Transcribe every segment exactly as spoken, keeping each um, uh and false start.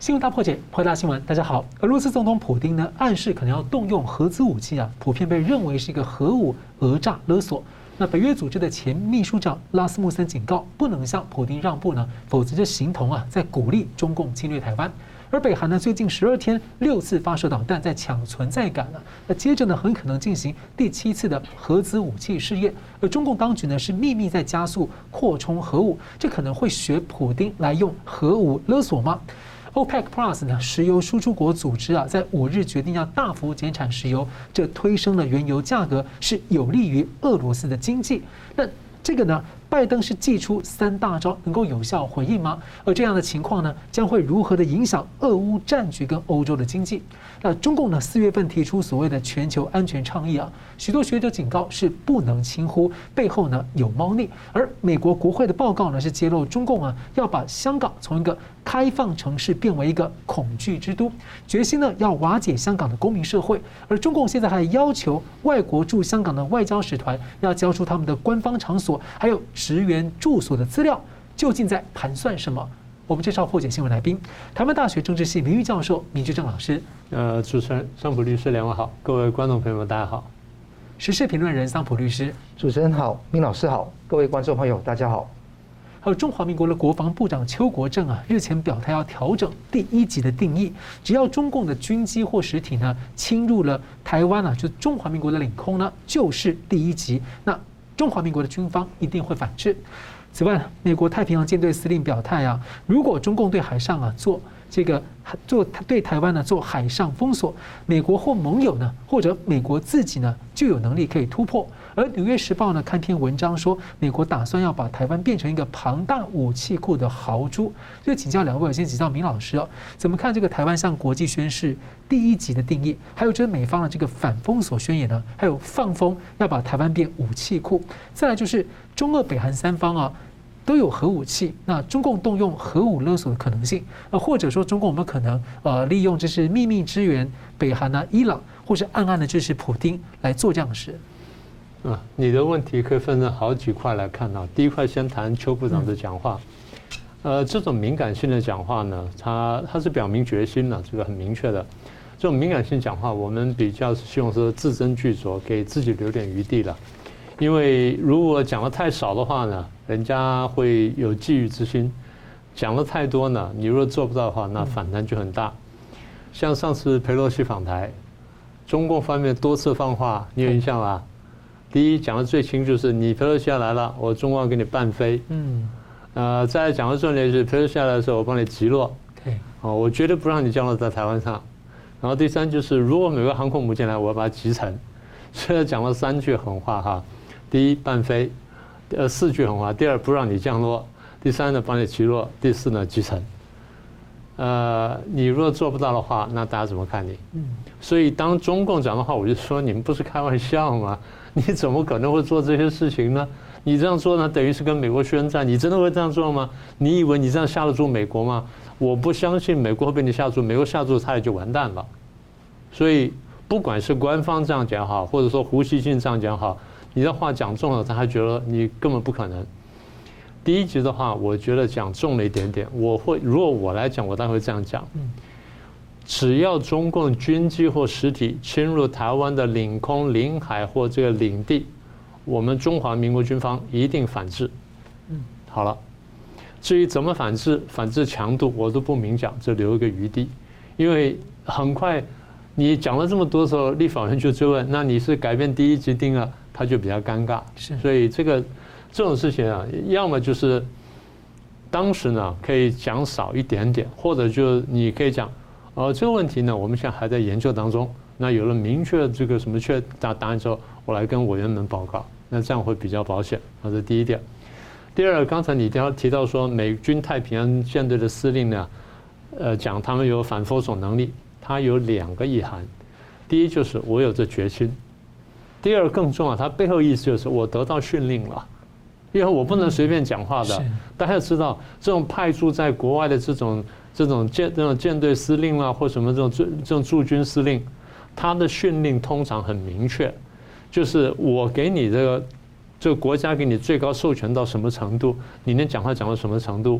新闻大破解，快大新闻，大家好。俄罗斯总统普丁呢，暗示可能要动用核子武器啊，普遍被认为是一个核武讹诈勒索。那北约组织的前秘书长拉斯穆森警告，不能向普丁让步呢，否则这形同啊在鼓励中共侵略台湾。而北韩呢，最近十二天六次发射导弹，在抢存在感了。那接着呢，很可能进行第七次的核子武器试验。而中共当局呢，是秘密在加速扩充核武，这可能会学普丁来用核武勒索吗？OPEC Plus 呢，石油输出国组织啊，在五日决定要大幅减产石油，这推升了原油价格，是有利于俄罗斯的经济。那这个呢，拜登是祭出三大招，能够有效回应吗？而这样的情况呢，将会如何的影响俄乌战局跟欧洲的经济？那中共呢，四月份提出所谓的全球安全倡议啊，许多学者警告是不能轻忽，背后呢有猫腻。而美国国会的报告呢，是揭露中共啊要把香港从一个开放城市变为一个恐惧之都，决心呢要瓦解香港的公民社会。而中共现在还要求外国驻香港的外交使团要交出他们的官方场所还有职员住所的资料，究竟在盘算什么？我们介绍破解新闻来宾，台湾大学政治系名誉教授明居正老师。 呃，主持人桑普律师两位好，各位观众朋友们大家好。 时事评论人桑普律师。 主持人好，明老师好，各位观众朋友大家好。 还有中华民国的国防部长邱国正啊，日前表态要调整第一级的定义，只要中共的军机或实体呢侵入了台湾啊，就中华民国的领空呢，就是第一级。那中华民国的军方一定会反制。此外，美国太平洋舰队司令表态啊，如果中共对海上啊做这个做对台湾呢做海上封锁，美国或盟友呢，或者美国自己呢，就有能力可以突破。而《纽约时报》呢刊篇文章说，美国打算要把台湾变成一个庞大武器库的豪猪。所以请教两位，我先请教明老师哦，怎么看这个台湾向国际宣示第一级的定义？还有就是美方的这个反封锁宣言呢？还有放风要把台湾变武器库？再来就是中俄北韩三方啊。都有核武器，那中共动用核武勒索的可能性，呃，或者说中共有没有可能呃利用就是秘密支援北韩啊、伊朗，或是暗暗的支持普丁来做这样的事？ 啊，你的问题可以分成好几块来看啊。第一块先谈邱部长的讲话，呃，这种敏感性的讲话呢，他他是表明决心了，这个很明确的。这种敏感性讲话，我们比较是希望说字斟句酌，给自己留点余地了。因为如果讲的太少的话呢，人家会有觊觎之心；讲的太多呢，你如果做不到的话，那反弹就很大。像上次裴洛西访台，中共方面多次放话，你有印象吧？第一讲的最清就是你裴洛西要来了，我中共要给你半飞。嗯。呃，再讲的重点是裴洛西来的时候，我帮你击落。对。哦，我绝对不让你降落在台湾上。然后第三就是，如果美国航空母舰来，我要把它击沉。所以讲了三句狠话哈。第一，半飞；呃，四句狠话。第二，不让你降落；第三呢，帮你击落；第四呢，击沉。呃，你如果做不到的话，那大家怎么看你？嗯。所以当中共讲的话，我就说你们不是开玩笑吗？你怎么可能会做这些事情呢？你这样做呢，等于是跟美国宣战。你真的会这样做吗？你以为你这样吓得住美国吗？我不相信美国会被你吓住，美国吓住他也就完蛋了。所以不管是官方这样讲好，或者说胡锡进这样讲好。你的话讲重了，他还觉得你根本不可能。第一集的话，我觉得讲重了一点点。我会，如果我来讲，我当然会这样讲：只要中共军机或实体侵入台湾的领空、领海或这个领地，我们中华民国军方一定反制。嗯，好了。至于怎么反制、反制强度，我都不明讲，这留一个余地，因为很快你讲了这么多的时候，立法院就追问：那你是改变第一级定了？他就比较尴尬，是，所以这个这种事情啊，要么就是当时呢可以讲少一点点，或者就你可以讲，呃，这个问题呢，我们现在还在研究当中。那有了明确这个什么确答答案之后，我来跟委员们报告，那这样会比较保险。这是第一点。第二，刚才你提到说美军太平洋舰队的司令呢，呃，讲他们有反封锁能力，他有两个意涵。第一就是我有这决心。第二更重要，它背后意思就是我得到训令了，因为我不能随便讲话的。大家要知道，这种派驻在国外的这种这种舰这种舰队司令啊，或什么这种这种驻军司令，他的训令通常很明确，就是我给你这个这个国家给你最高授权到什么程度，你能讲话讲到什么程度，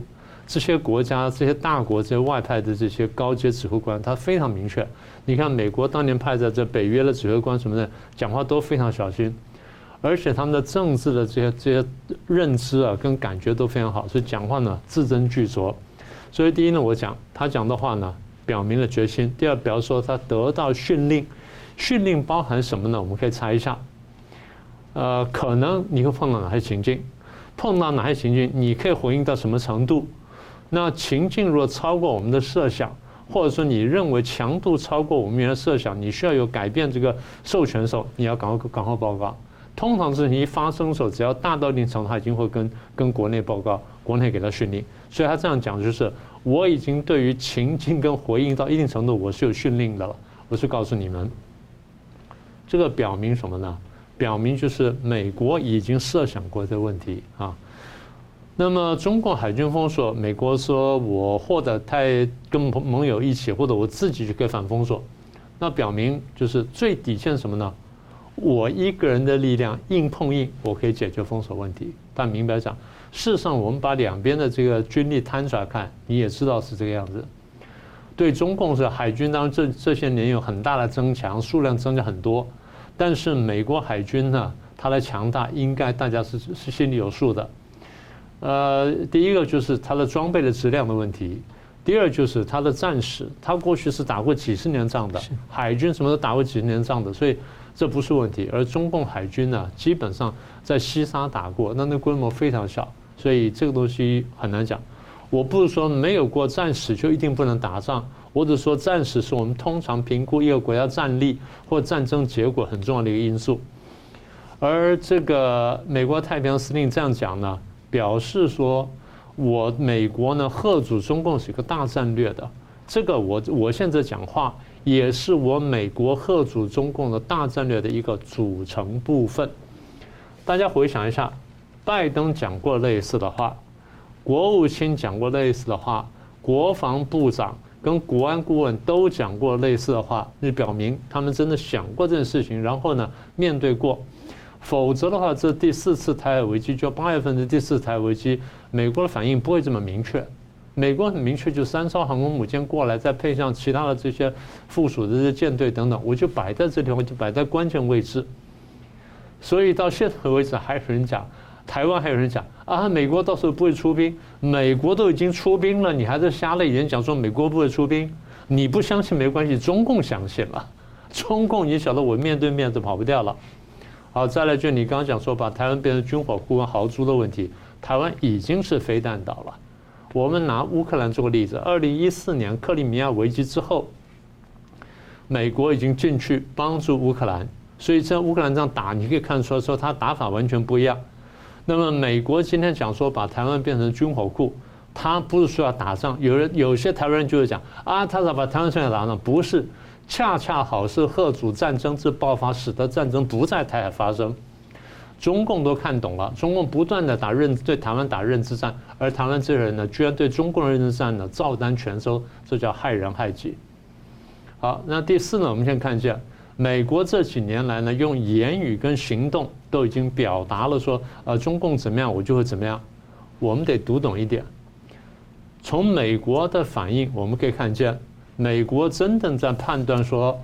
这些国家、这些大国、这些外派的这些高阶指挥官，他非常明确。你看，美国当年派在这北约的指挥官什么的，讲话都非常小心，而且他们的政治的这些这些认知啊，跟感觉都非常好，所以讲话呢字斟句酌。所以第一呢，我讲他讲的话呢，表明了决心；第二，表示说他得到训令，训令包含什么呢？我们可以猜一下。呃，可能你会碰到哪些情境？碰到哪些情境，你可以回应到什么程度？那情境如果超过我们的设想，或者说你认为强度超过我们原来设想，你需要有改变这个授权的时候，你要赶快赶快报告。通常事情一发生的时候，只要大到一定程度，他已经会跟跟国内报告，国内给他训令。所以他这样讲就是，我已经对于情境跟回应到一定程度，我是有训令的了。我是告诉你们，这个表明什么呢？表明就是美国已经设想过这个问题啊。那么中共海军封锁，美国说我或者太跟盟友一起，或者我自己就可以反封锁，那表明就是最底线什么呢？我一个人的力量硬碰硬，我可以解决封锁问题。但明白讲，事实上我们把两边的这个军力摊出来看，你也知道是这个样子。对中共是海军，当然这这些年有很大的增强，数量增加很多，但是美国海军呢，它的强大应该大家是是心里有数的。呃，第一个就是它的装备的质量的问题，第二就是它的战史，它过去是打过几十年仗的，海军什么都打过几十年仗的，所以这不是问题。而中共海军呢，基本上在西沙打过，那那规模非常小，所以这个东西很难讲。我不是说没有过战史就一定不能打仗，我只说战史是我们通常评估一个国家战力或战争结果很重要的一个因素。而这个美国太平洋司令这样讲呢，表示说，我美国呢嚇阻中共是一个大战略的，这个我我现在讲话也是我美国嚇阻中共的大战略的一个组成部分。大家回想一下，拜登讲过类似的话，国务卿讲过类似的话，国防部长跟国安顾问都讲过类似的话，那表明他们真的想过这件事情，然后呢面对过。否则的话，这第四次台海危机，就八月份的第四次台海危机，美国的反应不会这么明确。美国很明确，就三艘航空母舰过来，再配上其他的这些附属的这些舰队等等，我就摆在这地方，就摆在关键位置。所以到现在为止，还有人讲，台湾还有人讲啊，美国到时候不会出兵，美国都已经出兵了，你还在瞎了眼讲说美国不会出兵，你不相信没关系，中共相信了，中共也晓得我面对面就跑不掉了。好，再来就你刚刚讲说把台湾变成军火库跟豪猪的问题，台湾已经是飞弹岛了。我们拿乌克兰做个例子，二零一四年克里米亚危机之后，美国已经进去帮助乌克兰，所以在乌克兰这样打，你可以看出来说他打法完全不一样。那么美国今天讲说把台湾变成军火库，他不是说要打仗，有人有些台湾人就会讲啊，他想把台湾现在打仗，不是。恰恰好是嚇阻战争之爆发，使得战争不在台海发生。中共都看懂了，中共不断的打认对台湾打认知战，而台湾这些人呢，居然对中共的认知战呢照单全收，这叫害人害己。好，那第四呢，我们先看一下，美国这几年来呢，用言语跟行动都已经表达了说，呃，中共怎么样，我就会怎么样。我们得读懂一点，从美国的反应，我们可以看见。美国真正在判断说，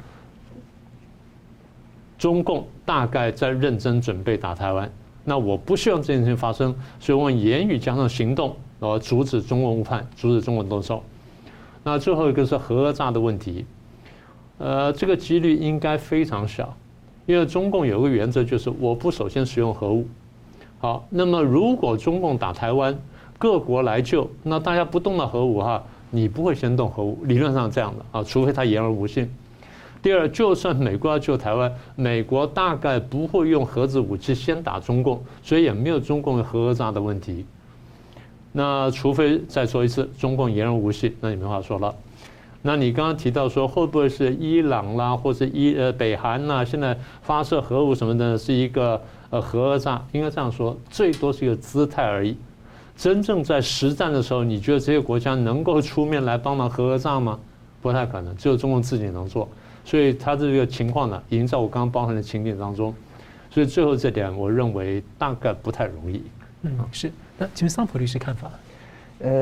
中共大概在认真准备打台湾，那我不希望这件事情发生，所以我用言语加上行动，然后阻止中共误判，阻止中共动手。那最后一个是核炸的问题，呃，这个几率应该非常小，因为中共有个原则就是我不首先使用核武。好，那么如果中共打台湾，各国来救，那大家不动到核武哈。你不会先动核武，理论上这样的啊，除非他言而无信。第二，就算美国要救台湾，美国大概不会用核子武器先打中共，所以也没有中共的核炸的问题。那除非再说一次，中共言而无信，那你没话说了。那你刚刚提到说，会不会是伊朗啦，或者伊呃北韩呐，现在发射核武什么的，是一个呃核炸？应该这样说，最多是一个姿态而已。真正在实战的时候，你觉得这些国家能够出面来帮忙核炸吗？不太可能，只有中共自己能做。所以他这个情况呢，已经在我刚刚包含的情景当中。所以最后这点，我认为大概不太容易。 嗯，是。那请问桑普律师看法？ 呃，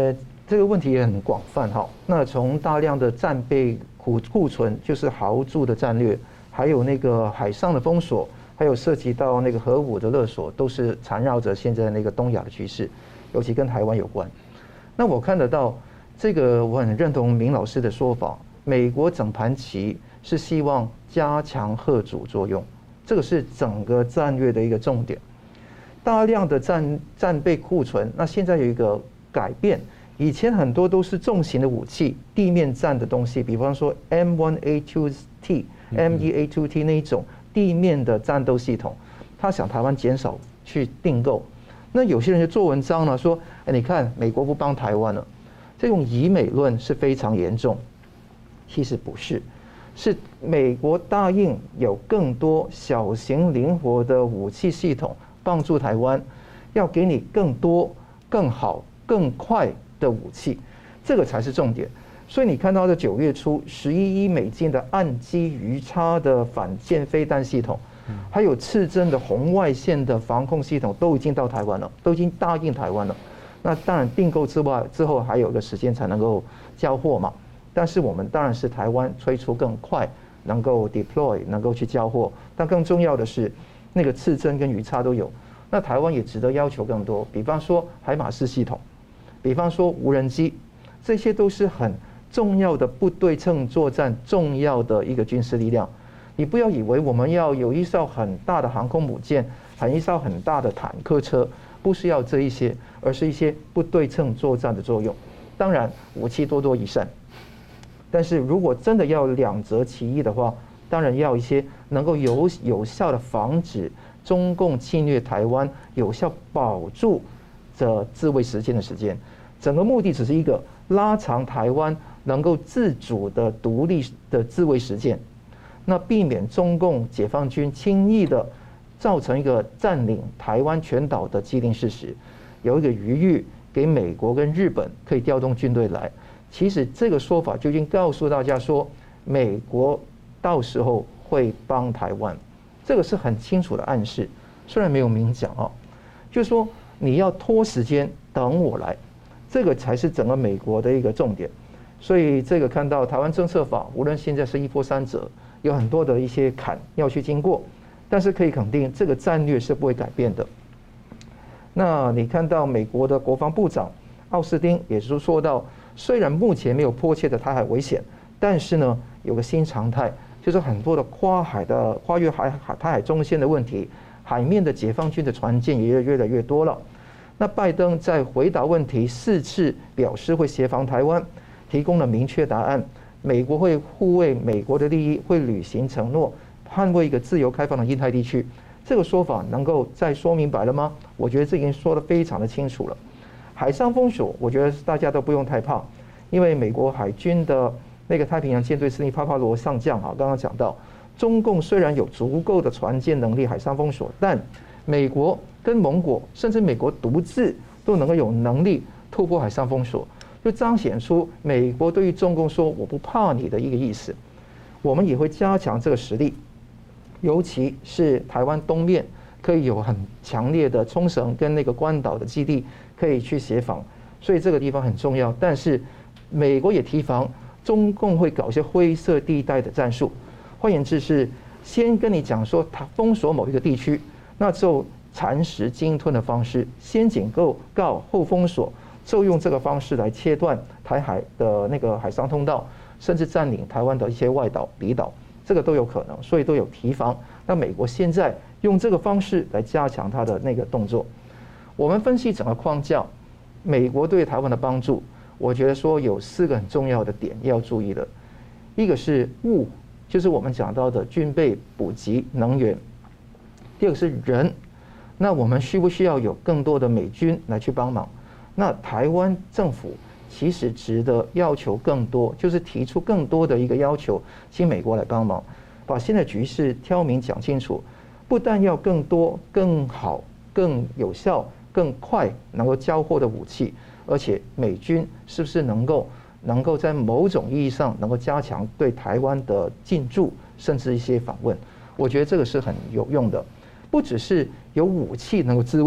这个问题也很广泛哈。那从大量的战备库库存，就是豪驻的战略，还有那个海上的封锁，还有涉及到那个核武的勒索，都是缠绕着现在那个东亚的局势，尤其跟台湾有关。那我看得到这个，我很认同明老师的说法，美国整盘棋是希望加强嚇阻作用，这个是整个战略的一个重点。大量的战战备库存，那现在有一个改变。以前很多都是重型的武器，地面战的东西，比方说 M 一 A 二 T、M 一 A 二 T 那一种地面的战斗系统，他想台湾减少去订购。那有些人就做文章了，说：“哎，你看美国不帮台湾了。”这种以美论是非常严重。其实不是，是美国答应有更多小型灵活的武器系统帮助台湾，要给你更多、更好、更快的武器，这个才是重点。所以你看到的九月初十一亿美金的岸基鱼叉的反舰飞弹系统，还有刺针的红外线的防空系统，都已经到台湾了，都已经答应台湾了。那当然订购之外之后还有一个时间才能够交货嘛。但是我们当然是台湾推出更快，能够 deploy， 能够去交货。但更重要的是，那个刺针跟鱼叉都有。那台湾也值得要求更多，比方说海马斯系统。比方说无人机，这些都是很重要的不对称作战重要的一个军事力量。你不要以为我们要有一艘很大的航空母舰，还一艘很大的坦克车，不是要这一些，而是一些不对称作战的作用。当然武器多多益善，但是如果真的要两择其一的话，当然要一些能够有有效的防止中共侵略台湾，有效保住这自卫时间的时间。整个目的只是一个拉长台湾能够自主的独立的自卫实践，那避免中共解放军轻易的造成一个占领台湾全岛的既定事实，有一个余裕给美国跟日本可以调动军队来。其实这个说法就已经告诉大家说，美国到时候会帮台湾，这个是很清楚的暗示，虽然没有明讲啊，就是说你要拖时间等我来。这个才是整个美国的一个重点，所以这个看到台湾政策法，无论现在是一波三折，有很多的一些坎要去经过，但是可以肯定，这个战略是不会改变的。那你看到美国的国防部长奥斯汀也是说到，虽然目前没有迫切的台海危险，但是呢，有个新常态，就是很多的跨海的跨越海海台海中线的问题，海面的解放军的船舰也越来越多了。那拜登在回答问题四次表示会协防台湾，提供了明确答案。美国会护卫美国的利益，会履行承诺，捍卫一个自由开放的印太地区。这个说法能够再说明白了吗？我觉得这已经说得非常的清楚了。海上封锁，我觉得大家都不用太怕，因为美国海军的那个太平洋舰队司令帕帕罗上将啊，刚刚讲到，中共虽然有足够的船舰能力海上封锁，但美国跟盟国，甚至美国独自都能够有能力突破海上封锁，就彰显出美国对于中共说我不怕你的一个意思。我们也会加强这个实力，尤其是台湾东面可以有很强烈的冲绳跟那个关岛的基地可以去协防，所以这个地方很重要。但是美国也提防中共会搞一些灰色地带的战术，换言之是先跟你讲说他封锁某一个地区，那之后蚕食鲸吞的方式，先警告告后封锁，就用这个方式来切断台海的那个海上通道，甚至占领台湾的一些外岛离岛，这个都有可能，所以都有提防。那美国现在用这个方式来加强它的那个动作。我们分析整个框架，美国对台湾的帮助，我觉得说有四个很重要的点要注意的。一个是物，就是我们讲到的军备补给能源；第二个是人，那我们需不需要有更多的美军来去帮忙？那台湾政府其实值得要求更多，就是提出更多的一个要求，请美国来帮忙，把现在局势挑明讲清楚。不但要更多、更好、更有效、更快能够交货的武器，而且美军是不是能够能够在某种意义上能够加强对台湾的进驻，甚至一些访问？我觉得这个是很有用的。不只是有武器能够自卫，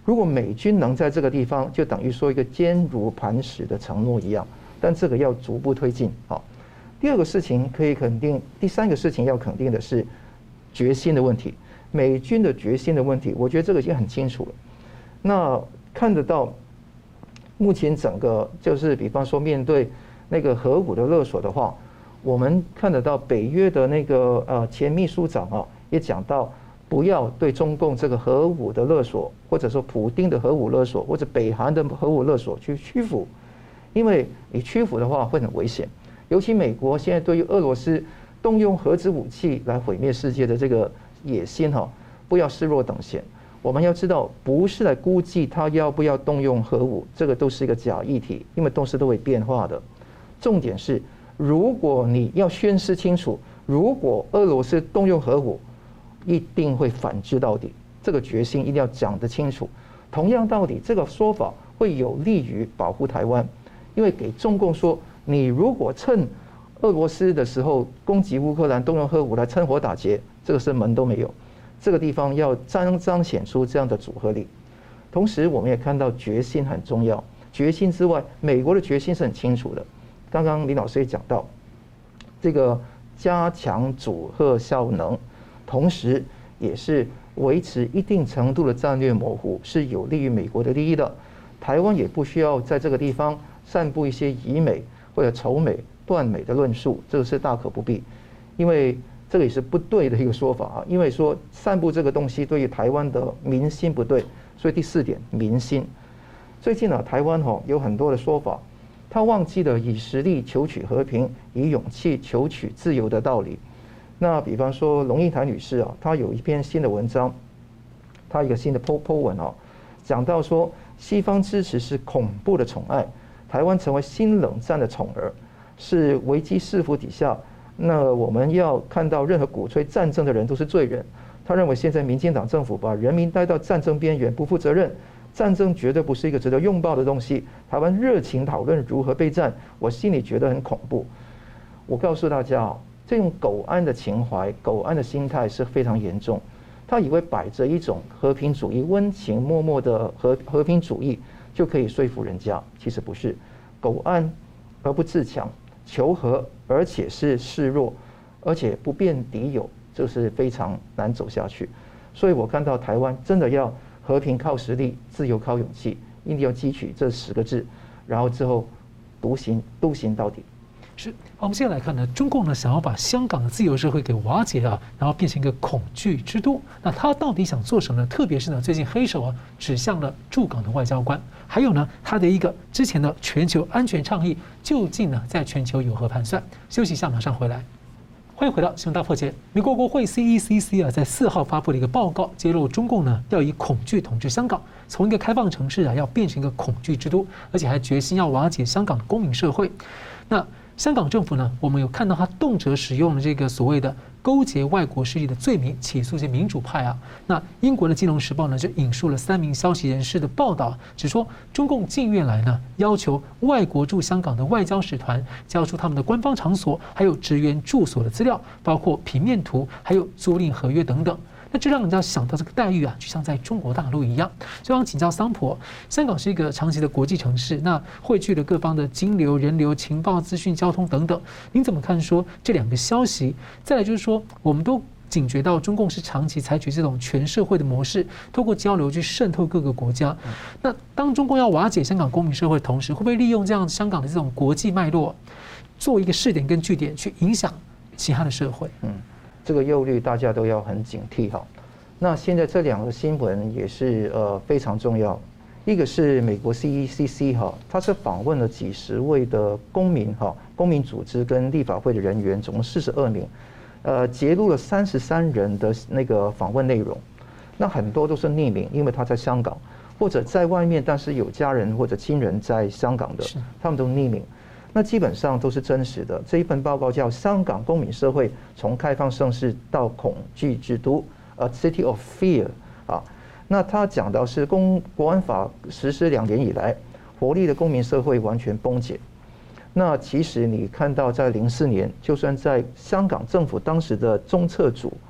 如果美军能在这个地方，就等于说一个坚如磐石的承诺一样，但这个要逐步推进。好，第二个事情可以肯定，第三个事情要肯定的是决心的问题，美军的决心的问题，我觉得这个已经很清楚了。那看得到，目前整个就是比方说面对那个核武的勒索的话，我们看得到北约的那个呃前秘书长啊也讲到，不要对中共这个核武的勒索，或者说普丁的核武勒索，或者北韩的核武勒索去屈服，因为你屈服的话会很危险。尤其美国现在对于俄罗斯动用核子武器来毁灭世界的这个野心哈，不要视若等闲。我们要知道，不是来估计他要不要动用核武，这个都是一个假议题，因为东西都会变化的。重点是，如果你要宣示清楚，如果俄罗斯动用核武，一定会反制到底，这个决心一定要讲得清楚。同样道理，这个说法会有利于保护台湾，因为给中共说，你如果趁俄罗斯的时候攻击乌克兰，动用核武来趁火打劫，这个是门都没有。这个地方要彰彰显出这样的组合力。同时，我们也看到决心很重要。决心之外，美国的决心是很清楚的。刚刚林老师也讲到，这个加强阻吓效能，同时也是维持一定程度的战略模糊，是有利于美国的利益的。台湾也不需要在这个地方散布一些以美或者仇美、断美的论述，这个是大可不必，因为这个也是不对的一个说法啊。因为说散布这个东西对于台湾的民心不对，所以第四点，民心。最近呢，台湾哈有很多的说法，他忘记了以实力求取和平，以勇气求取自由的道理。那比方说龙应台女士啊，她有一篇新的文章，她一个新的 po po 文啊，讲到说西方支持是恐怖的宠爱，台湾成为新冷战的宠儿，是危机四伏底下。那我们要看到任何鼓吹战争的人都是罪人。他认为现在民进党政府把人民带到战争边缘，不负责任，战争绝对不是一个值得拥抱的东西。台湾热情讨论如何备战，我心里觉得很恐怖。我告诉大家啊，这种苟安的情怀、苟安的心态是非常严重。他以为摆着一种和平主义、温情脉脉的和和平主义就可以说服人家，其实不是。苟安而不自强，求和而且是示弱，而且不辨敌友，这是非常难走下去。所以我看到台湾真的要和平靠实力，自由靠勇气，一定要汲取这十个字，然后之后独行独行到底。 是，好，我们现在来看呢，中共呢想要把香港的自由社会给瓦解啊，然后变成一个恐惧之都。那他到底想做什么呢？特别是呢，最近黑手啊指向了驻港的外交官，还有呢他的一个之前的全球安全倡议，究竟呢在全球有何盘算？休息一下，马上回来。欢迎回到新闻大破解。美国国会 C E C C 啊，在四号发布了一个报告，揭露中共呢要以恐惧统治香港，从一个开放城市啊要变成一个恐惧之都，而且还决心要瓦解香港的公民社会。那香港政府呢，我们有看到他动辄使用了这个所谓的勾结外国势力的罪名起诉这些民主派啊。那英国的《金融时报》呢就引述了三名消息人士的报道，指说中共近月来呢要求外国驻香港的外交使团交出他们的官方场所还有职员住所的资料，包括平面图还有租赁合约等等。那这让人家想到这个待遇啊，就像在中国大陆一样。所以想请教桑普，香港是一个长期的国际城市，那汇聚了各方的金流、人流、情报、资讯、交通等等。您怎么看说这两个消息？再来就是说，我们都警觉到中共是长期采取这种全社会的模式，透过交流去渗透各个国家。那当中共要瓦解香港公民社会的同时，会不会利用这样香港的这种国际脉络，做一个试点跟据点，去影响其他的社会？ 嗯。这个忧虑大家都要很警惕哈。那现在这两个新闻也是呃非常重要。一个是美国 C E C C 哈，它是访问了几十位的公民哈，公民组织跟立法会的人员，总共四十二名，呃，揭露了三十三人的那个访问内容。那很多都是匿名，因为他在香港或者在外面，但是有家人或者亲人在香港的，他们都匿名。那基本上都是真实的。这一份报告叫《香港公民社会从开放盛世到恐惧之都》（A City of Fear） 啊。那他讲到是公国安法实施两年以来，活力的公民社会完全崩解。那其实你看到在零四年，就算在香港政府当时的中策组，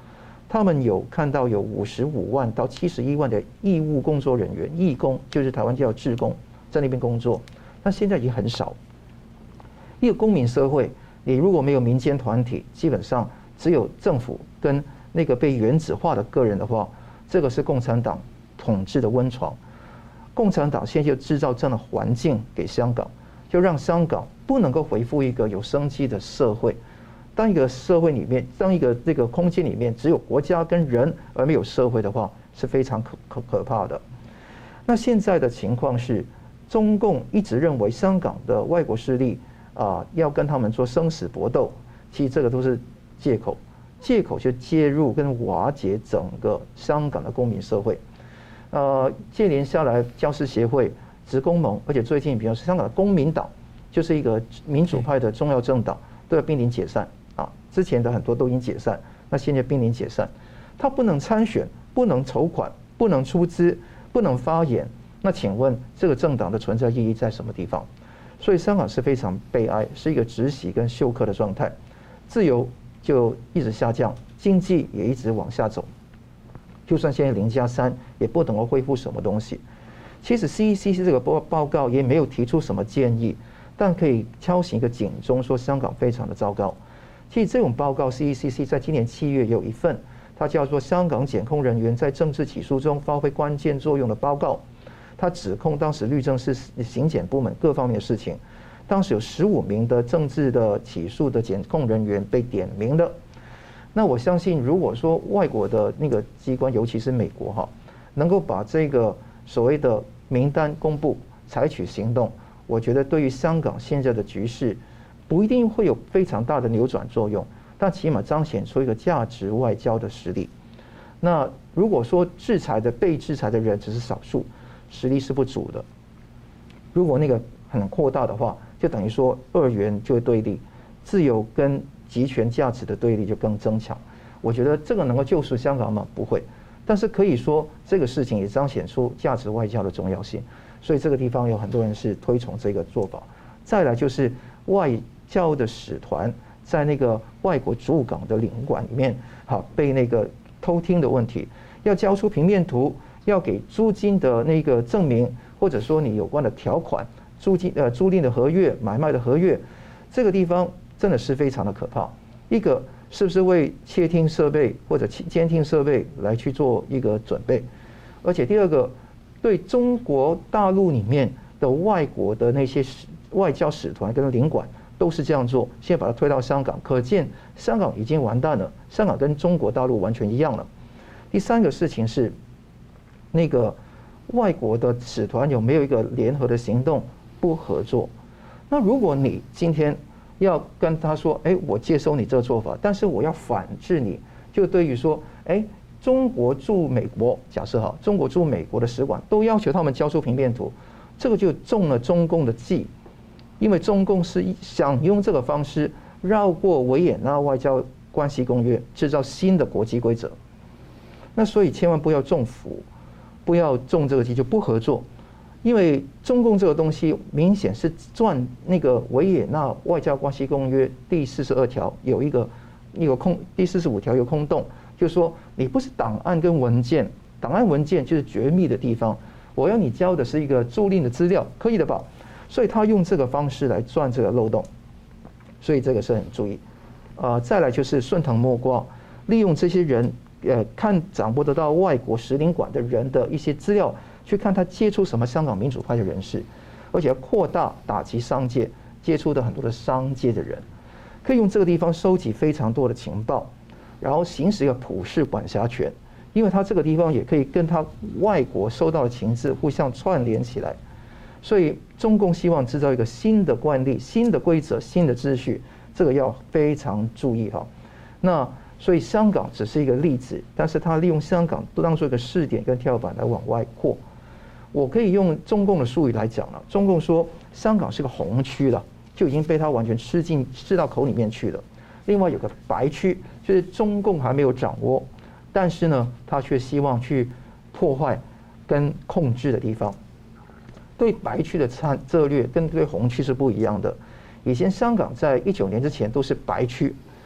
他们有看到有五十五万到七十一万的义务工作人员，义工就是台湾叫志工，在那边工作，但现在已经很少。一个公民社会，你如果没有民间团体，基本上只有政府跟那个被原子化的个人的话，这个是共产党统治的温床。共产党现在就制造这样的环境给香港，就让香港不能够恢复一个有生机的社会。当一个社会里面，当一个这个空间里面只有国家跟人而没有社会的话，是非常可可可怕的。那现在的情况是，中共一直认为香港的外国势力啊要跟他们做生死搏斗，其实这个都是借口，借口就介入跟瓦解整个香港的公民社会。呃，接连下来，教师协会、职工盟，而且最近，比如说香港的公民党，就是一个民主派的重要政党，都要濒临解散啊。之前的很多都已经解散，那现在濒临解散，他不能参选，不能筹款，不能出资，不能发言。那请问这个政党的存在意义在什么地方？所以香港是非常悲哀，是一个窒息跟休克的状态，自由就一直下降，经济也一直往下走。就算现在零加三，也不能够恢复什么东西。其实 C E C C 这个报报告也没有提出什么建议，但可以敲醒一个警钟，说香港非常的糟糕。其实这种报告 C E C C 在今年七月有一份，它叫做《香港检控人员在政治起诉中发挥关键作用的报告》，它指控当时律政司刑检部门各方面的事情。当时有十五名的政治的起诉的检控人员被点名的。那我相信，如果说外国的那个机关，尤其是美国哈，能够把这个所谓的名单公布，采取行动，我觉得对于香港现在的局势，不一定会有非常大的扭转作用，但起码彰显出一个价值外交的实力。那如果说制裁的被制裁的人只是少数，实力是不足的。如果那个很扩大的话，就等于说二元就会对立，自由跟集权价值的对立就更增强。我觉得这个能够救赎香港吗？不会。但是可以说这个事情也彰显出价值外交的重要性，所以这个地方有很多人是推崇这个做法。再来就是外交的使团在那个外国驻港的领馆里面，好被那个偷听的问题，要交出平面图，要给租金的那个证明，或者说你有关的条款、租金呃租赁的合约、买卖的合约，这个地方真的是非常的可怕。一个是不是为窃听设备或者监听设备来去做一个准备？而且第二个，对中国大陆里面的外国的那些外交使团跟领馆都是这样做，现在把它推到香港，可见香港已经完蛋了，香港跟中国大陆完全一样了。第三个事情是，那个外国的使团有没有一个联合的行动，不合作？那如果你今天要跟他说，哎，我接收你这个做法，但是我要反制你，就对于说，哎，中国驻美国，假设哈，中国驻美国的使馆都要求他们交出平面图，这个就中了中共的计，因为中共是想用这个方式绕过维也纳外交关系公约，制造新的国际规则。那所以千万不要中伏，不要中这个计，就不合作。因为中共这个东西明显是钻那个维也纳外交关系公约第四十二条有一个一个空，第四十五条有空洞，就是说你不是档案跟文件，档案文件就是绝密的地方，我要你交的是一个租赁的资料，可以的吧？所以他用这个方式来钻这个漏洞，所以这个是很注意。呃，再来就是顺藤摸瓜，利用这些人呃看掌握得到外国使领馆的人的一些资料。去看他接触什么香港民主派的人士，而且要扩大打击商界，接触的很多的商界的人，可以用这个地方收集非常多的情报，然后行使一个普世管辖权，因为他这个地方也可以跟他外国收到的情资互相串联起来，所以中共希望制造一个新的惯例、新的规则、新的秩序，这个要非常注意哈。那所以香港只是一个例子，但是他利用香港当做一个试点跟跳板来往外扩。我可以用中共的术语来讲了，中共说香港是个红区了，就已经被他完全吃进吃到口里面去了。另外有个白区，就是中共还没有掌握，但是呢，他却希望去破坏跟控制的地方。对白区的策策略跟对红区是不一样的。以前香港在一九年之前都是白区，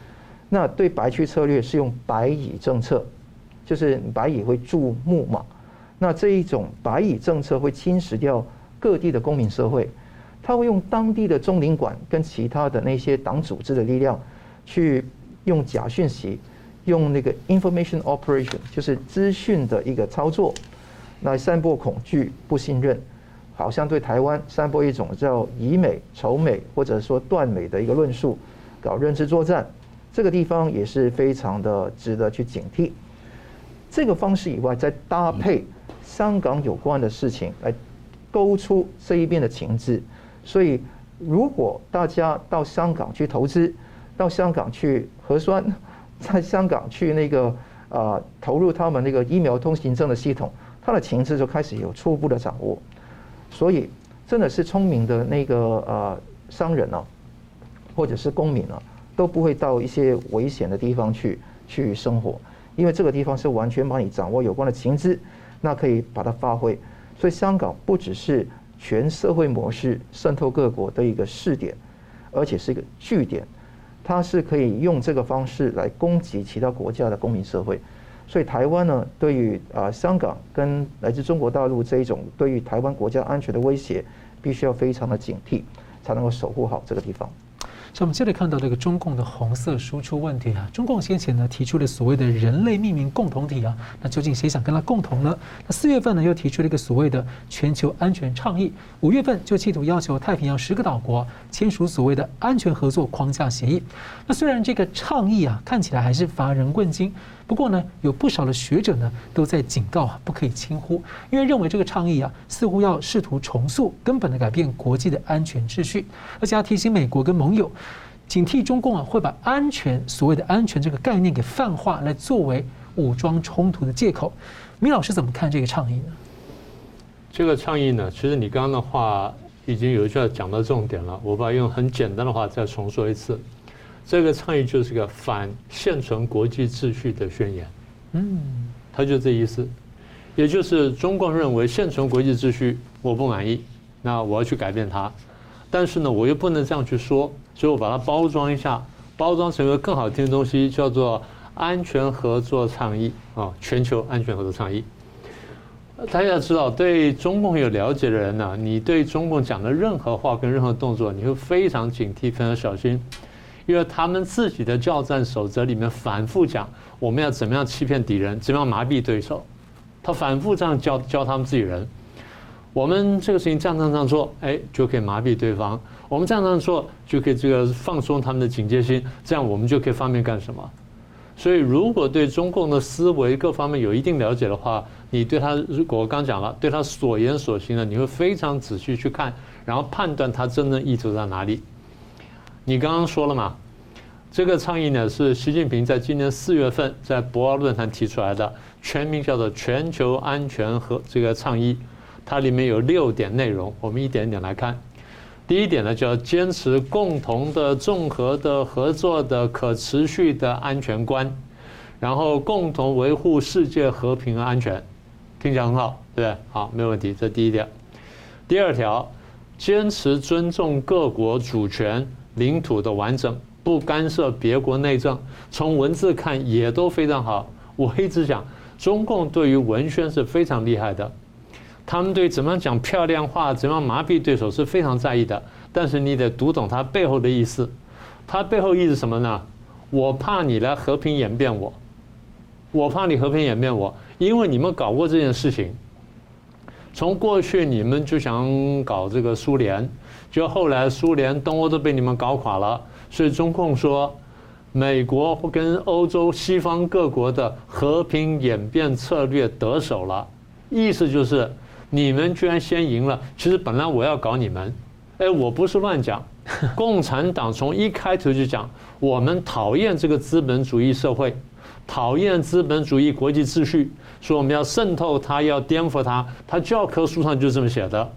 那对白区策略是用白蚁政策，就是白蚁会注目嘛。那这一种白蚁政策会侵蚀掉各地的公民社会，他会用当地的中领馆跟其他的那些党组织的力量，去用假讯息，用那个 information operation， 就是资讯的一个操作，来散播恐惧、不信任，好像对台湾散播一种叫以美、仇美或者说断美的一个论述，搞认知作战。这个地方也是非常的值得去警惕。这个方式以外，再搭配香港有关的事情来勾出这一边的情资。所以，如果大家到香港去投资，到香港去核酸，在香港去那个呃投入他们那个疫苗通行证的系统，它的情资就开始有初步的掌握。所以，真的是聪明的那个呃商人啊，或者是公民啊，都不会到一些危险的地方去去生活。因为这个地方是完全帮你掌握有关的情资，那可以把它发挥。所以香港不只是全社会模式渗透各国的一个试点，而且是一个据点，它是可以用这个方式来攻击其他国家的公民社会。所以台湾呢，对于啊香港跟来自中国大陆这一种对于台湾国家安全的威胁，必须要非常的警惕，才能够守护好这个地方。 所以我们接着看到这个中共的红色输出问题啊，中共先前呢提出了所谓的人类命名共同体啊，那究竟谁想跟他共同呢？那四月份呢又提出了一个所谓的全球安全倡议，五月份就企图要求太平洋十个岛国签署所谓的安全合作框架协议。那虽然这个倡议啊看起来还是乏人问津，不过呢有不少的学者呢都在警告啊不可以轻忽，因为认为这个倡议啊似乎要试图重塑根本的改变国际的安全秩序，而且要提醒美国跟盟友。警惕中共啊会把安全所谓的安全这个概念给泛化，来作为武装冲突的借口。米老师怎么看这个倡议呢？ 这个倡议呢，其实你刚刚的话已经有一句话讲到重点了，我把它用很简单的话再重说一次。这个倡议就是个反现存国际秩序的宣言，嗯，它就这意思，也就是中共认为现存国际秩序我不满意，那我要去改变它，但是呢，我又不能这样去说。所以我把它包装一下，包装成为更好听的东西，叫做安全合作倡议啊，全球安全合作倡议。大家知道，对中共有了解的人呢、啊，你对中共讲的任何话跟任何动作，你会非常警惕，非常小心，因为他们自己的教战守则里面反复讲，我们要怎么样欺骗敌人，怎么样麻痹对手，他反复这样教教他们自己人。我们这个事情这样这样这样做，哎，就可以麻痹对方。我们这样这样做，就可以这个放松他们的警戒心，这样我们就可以方便干什么？所以，如果对中共的思维各方面有一定了解的话，你对他，如果我刚讲了，对他所言所行呢，你会非常仔细去看，然后判断他真正意图在哪里。你刚刚说了嘛，这个倡议呢是习近平在今年四月份在博鳌论坛提出来的，全名叫做全球安全和这个倡议。它里面有六点内容，我们一点一点来看。第一点呢，叫坚持共同的、综合的、合作的、可持续的安全观，然后共同维护世界和平和安全，听起来很好，对不对？好，没有问题，这第一点。第二条，坚持尊重各国主权、领土的完整，不干涉别国内政。从文字看也都非常好。我一直讲，中共对于文宣是非常厉害的。他们对怎么样讲漂亮话，怎么样麻痹对手是非常在意的，但是你得读懂它背后的意思。它背后意思什么呢？我怕你来和平演变我，我怕你和平演变我，因为你们搞过这件事情。从过去你们就想搞这个苏联，就后来苏联、东欧都被你们搞垮了，所以中共说，美国跟欧洲西方各国的和平演变策略得手了，意思就是。你们居然先赢了，其实本来我要搞你们，哎，我不是乱讲。共产党从一开头就讲，我们讨厌这个资本主义社会，讨厌资本主义国际秩序，说我们要渗透它，要颠覆它。他教科书上就这么写的，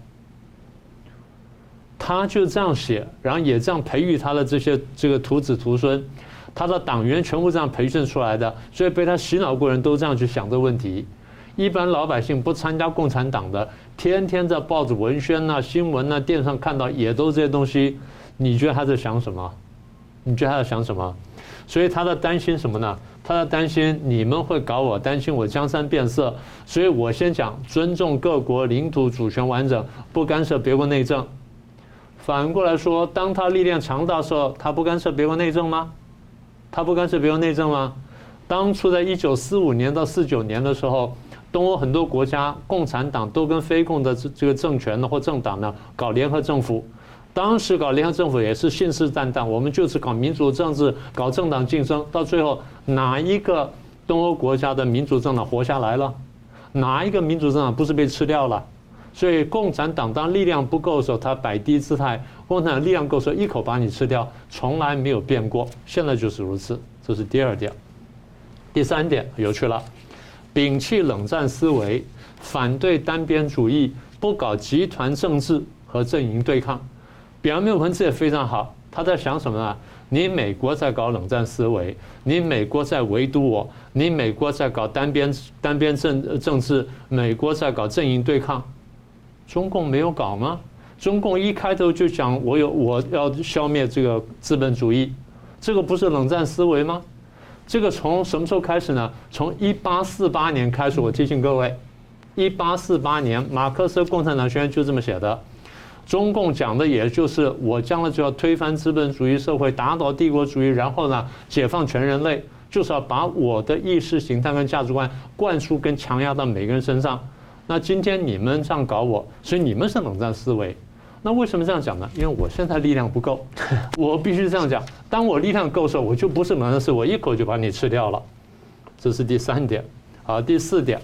他就这样写，然后也这样培育他的这些这个徒子徒孙，他的党员全部这样培训出来的，所以被他洗脑过人都这样去想这个问题。一般老百姓不参加共产党的，天天在报纸文宣啊、新闻啊、电视上看到也都这些东西，你觉得他在想什么？ 你觉得他在想什么？所以他在担心什么呢？他在担心你们会搞我，担心我江山变色，所以我先讲尊重各国领土主权完整，不干涉别国内政。反过来说，当他力量强大的时候，他不干涉别国内政吗？他不干涉别国内政吗？当初在一九四五年到四九年的时候，东欧很多国家共产党都跟非共的这个政权呢或政党呢搞联合政府。当时搞联合政府也是信誓旦旦，我们就是搞民主政治，搞政党竞争。到最后，哪一个东欧国家的民主政党活下来了？哪一个民主政党不是被吃掉了？所以，共产党当力量不够的时候，他摆低姿态；共产党力量够的时候，一口把你吃掉，从来没有变过。现在就是如此。这是第二点。第三点有趣了，摒弃冷战思维，反对单边主义，不搞集团政治和阵营对抗。表面文字也非常好，他在想什么呢？你美国在搞冷战思维，你美国在围堵我，你美国在搞单边单边政政治，美国在搞阵营对抗，中共没有搞吗？中共一开头就讲我有我要消灭这个资本主义，这个不是冷战思维吗？这个从什么时候开始呢？从一八四八年开始，我提醒各位，一八四八年马克思共产党宣言就这么写的。中共讲的也就是我将来就要推翻资本主义社会，打倒帝国主义，然后呢解放全人类，就是要把我的意识形态跟价值观灌输跟强压到每个人身上。那今天你们这样搞我，所以你们是冷战思维。那为什么这样讲呢？因为我现在力量不够，我必须这样讲。当我力量够的时候，我就不是冷战思维，我一口就把你吃掉了。这是第三点。好，第四点。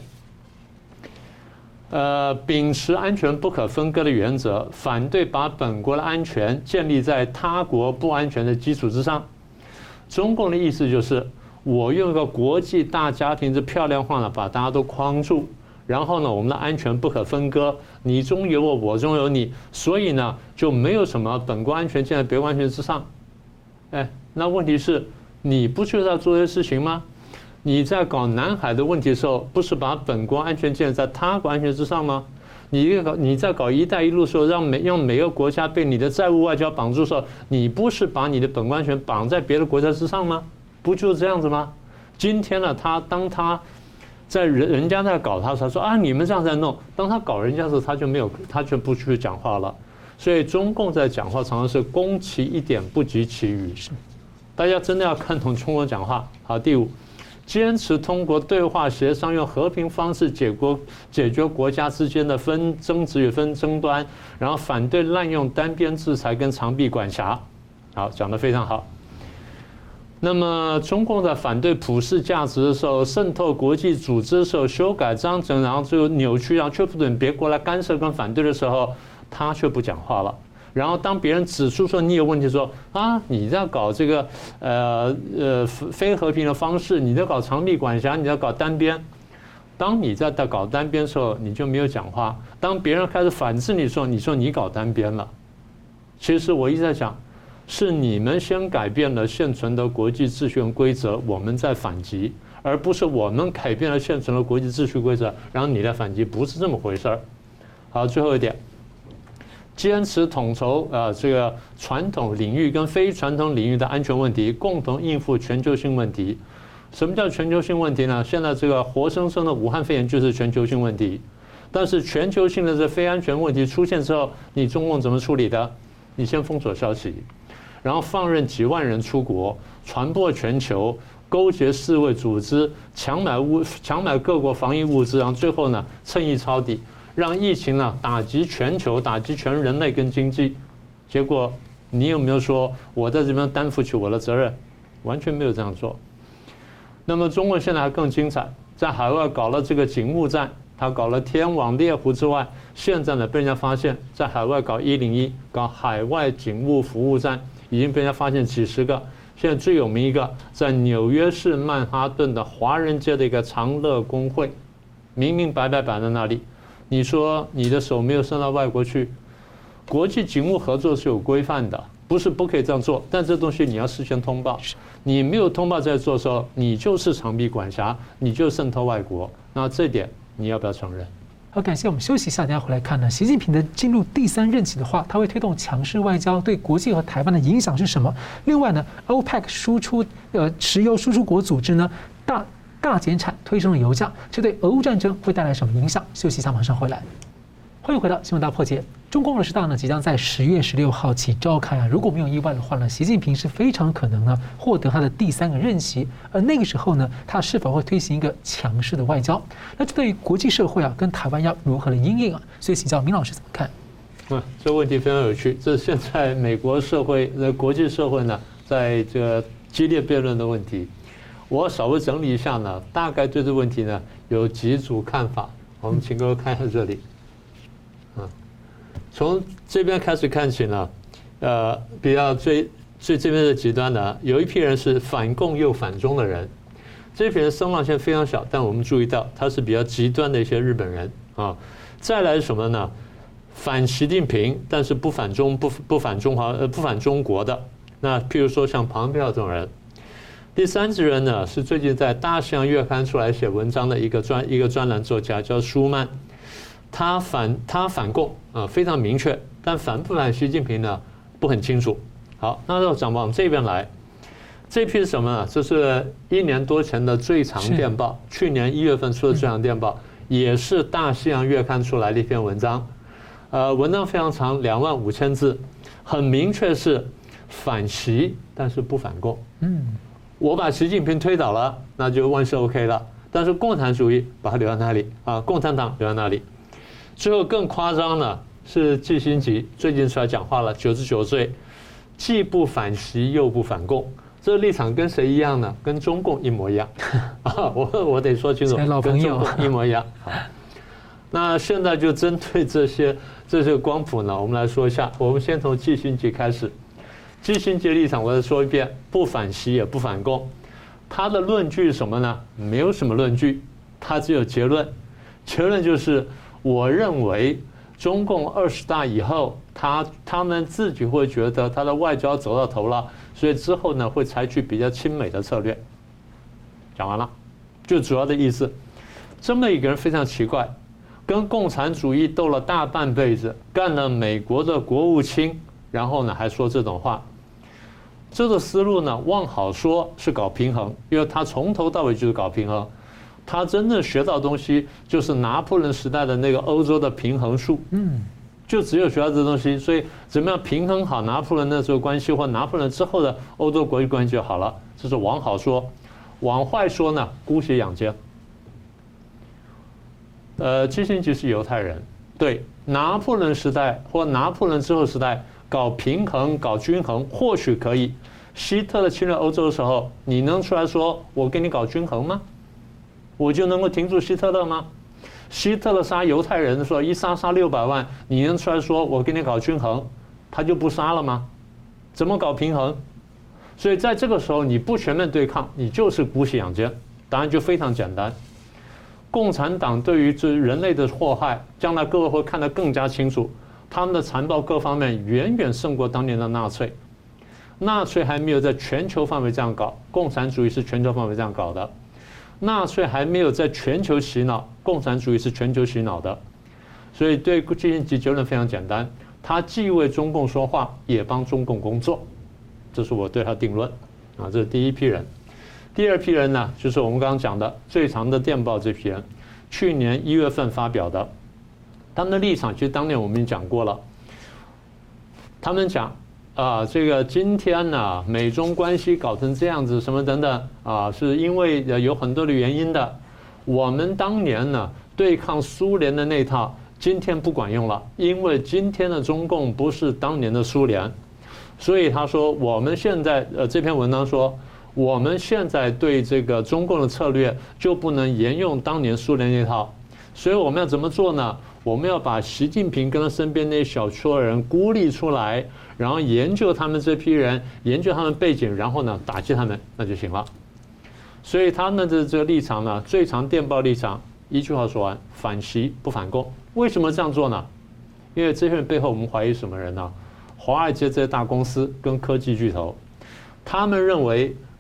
呃，秉持安全不可分割的原则，反对把本国的安全建立在他国不安全的基础之上。中共的意思就是，我用一个国际大家庭的漂亮话呢，把大家都框住，然后呢，我们的安全不可分割，你中有我，我中有你，所以呢，就没有什么本国安全建在别国安全之上。哎，那问题是，你不就是要做这些事情吗？你在搞南海的问题的时候，不是把本国安全建在他国安全之上吗？你搞你在搞“一带一路”的时候，让每让每个国家被你的债务外交绑住的时候，你不是把你的本国安全绑在别的国家之上吗？不就是这样子吗？今天呢，他当他在人人家在搞他，他说啊，你们这样在弄。当他搞人家的时候，他就没有，他就不去讲话了。所以中共在讲话常常是攻其一点，不及其余。大家真的要看懂中国讲话。好，第五。坚持通过对话协商，用和平方式解国解决国家之间的纷争执与纷争端，然后反对滥用单边制裁跟长臂管辖。好，讲得非常好。那么中共在反对普世价值的时候，渗透国际组织的时候，修改章程，然后就扭曲，然后却不准别国来干涉跟反对的时候，他却不讲话了。然后当别人指出说你有问题，说啊你在搞这个呃呃非和平的方式，你在搞长臂管辖，你在搞单边。当你在搞单边的时候，你就没有讲话。当别人开始反制你的时候，你说你搞单边了。其实我一直在讲，是你们先改变了现存的国际秩序和规则，我们在反击，而不是我们改变了现存的国际秩序规则，然后你来反击，不是这么回事儿。好，最后一点。坚持统筹呃这个传统领域跟非传统领域的安全问题，共同应付全球性问题。什么叫全球性问题呢？现在这个活生生的武汉肺炎就是全球性问题。但是全球性的这非安全问题出现之后，你中共怎么处理的？你先封锁消息，然后放任几万人出国，传播全球，勾结世卫组织，强买物强买各国防疫物资，然后最后呢趁意抄底。让疫情呢打击全球，打击全人类跟经济，结果你有没有说我在这边担负起我的责任？完全没有这样做。那么中国现在还更精彩，在海外搞了这个警务战，他搞了天网猎狐之外，现在呢被人家发现，在海外搞一零一，搞海外警务服务战，已经被人家发现几十个。现在最有名一个，在纽约市曼哈顿的华人街的一个长乐工会，明明白白摆在那里。你说你的手没有伸到外国去，国际警务合作是有规范的，不是不可以这样做，但这东西你要事先通报，你没有通报在做的时候，你就是长臂管辖，你就渗透外国，那这点你要不要承认？ 好，感谢我们休息一下，等下回来看呢。习近平的进入第三任期的话，他会推动强势外交，对国际和台湾的影响是什么？另外呢 ，OPEC 输出呃石油输出国组织呢大大减产，推升了油价，这对俄乌战争会带来什么影响？休息一下，马上回来。欢迎回到新闻大破解。中共二十大呢即将在十月十六号起召开啊，如果没有意外的话呢，习近平是非常可能呢获得他的第三个任期，而那个时候呢，他是否会推行一个强势的外交？那这对于国际社会啊跟台湾要如何的因应啊？所以请教明老师怎么看？ 啊，这个问题非常有趣，这是现在美国社会、呃国际社会呢在这个激烈辩论的问题。我稍微整理一下呢，大概对这个问题呢有几组看法。我们请各位看一下这里。从这边开始看起呢，呃，比较最最这边的极端呢，有一批人是反共又反中的人，这批人声浪线非常小，但我们注意到他是比较极端的一些日本人啊。再来是什么呢？反习近平，但是不反中不不反中华呃不反中国的，那譬如说像庞佩奥这种人。第三支人呢，是最近在《大西洋月刊》出来写文章的一个专一个专栏作家，叫舒曼。他反他反共啊、呃，非常明确，但反不反习近平呢不很清楚。好，那要讲往这边来，这批是什么呢？这是一年多前的最长电报，去年一月份出的最长电报，也是《大西洋月刊》出来的一篇文章。呃，文章非常长，两万五千字，很明确是反习，但是不反共。嗯，我把习近平推倒了，那就万事 OK 了。但是共产主义把它留在那里啊，共产党留在那里。最后更夸张呢，是季辛吉最近出来讲话了，九十九岁，既不反习又不反共，这个立场跟谁一样呢？跟中共一模一样啊！我我得说清楚，跟中共一模一样。好，那现在就针对这些这些光谱呢，我们来说一下。我们先从季辛吉开始，季辛吉的立场我再说一遍，不反习也不反共。他的论据是什么呢？没有什么论据，他只有结论，结论就是。我认为中共二十大以后，他他们自己会觉得他的外交走到头了，所以之后呢会采取比较亲美的策略。讲完了，就主要的意思。这么一个人非常奇怪，跟共产主义斗了大半辈子，干了美国的国务卿，然后呢还说这种话。这个思路呢，往好说是搞平衡，因为他从头到尾就是搞平衡。他真正学到东西，就是拿破仑时代的那个欧洲的平衡术，嗯，就只有学到这东西，所以怎么样平衡好拿破仑那时候关系，或拿破仑之后的欧洲国际关系就好了。这是往好说，往坏说呢，姑且养奸。呃，基辛吉是犹太人，对拿破仑时代或拿破仑之后时代搞平衡、搞均衡，或许可以。希特勒侵略欧洲的时候，你能出来说我给你搞均衡吗？我就能够停住希特勒吗？希特勒杀犹太人的时候，一杀杀六百万，你能出来说我给你搞均衡，他就不杀了吗？怎么搞平衡？所以在这个时候，你不全面对抗，你就是姑且养奸。答案就非常简单。共产党对于这人类的祸害，将来各位会看得更加清楚。他们的残暴各方面远远胜过当年的纳粹。纳粹还没有在全球范围这样搞，共产主义是全球范围这样搞的。纳粹还没有在全球洗脑，共产主义是全球洗脑的，所以对季辛吉结论非常简单，他既为中共说话，也帮中共工作，这是我对他定论啊，这是第一批人。第二批人呢，就是我们刚刚讲的最长的电报这批人，去年一月份发表的，他们的立场其实当年我们已经讲过了，他们讲。啊，这个今天呢、啊，美中关系搞成这样子，什么等等啊，是因为有很多的原因的。我们当年呢，对抗苏联的那套，今天不管用了，因为今天的中共不是当年的苏联，所以他说我们现在呃这篇文章说，我们现在对这个中共的策略就不能沿用当年苏联那套，所以我们要怎么做呢？我们要把习近平跟他身边那小撮人孤立出来。然后研究他们这批人，研究他们背景，然后呢打击他们，那就行了。所以他们的这个立场呢，最长电报立场，一句话说完：反习不反共。为什么这样做呢？因为这些人背后我们怀疑什么人呢？华尔街这些大公司跟科技巨头，他们认为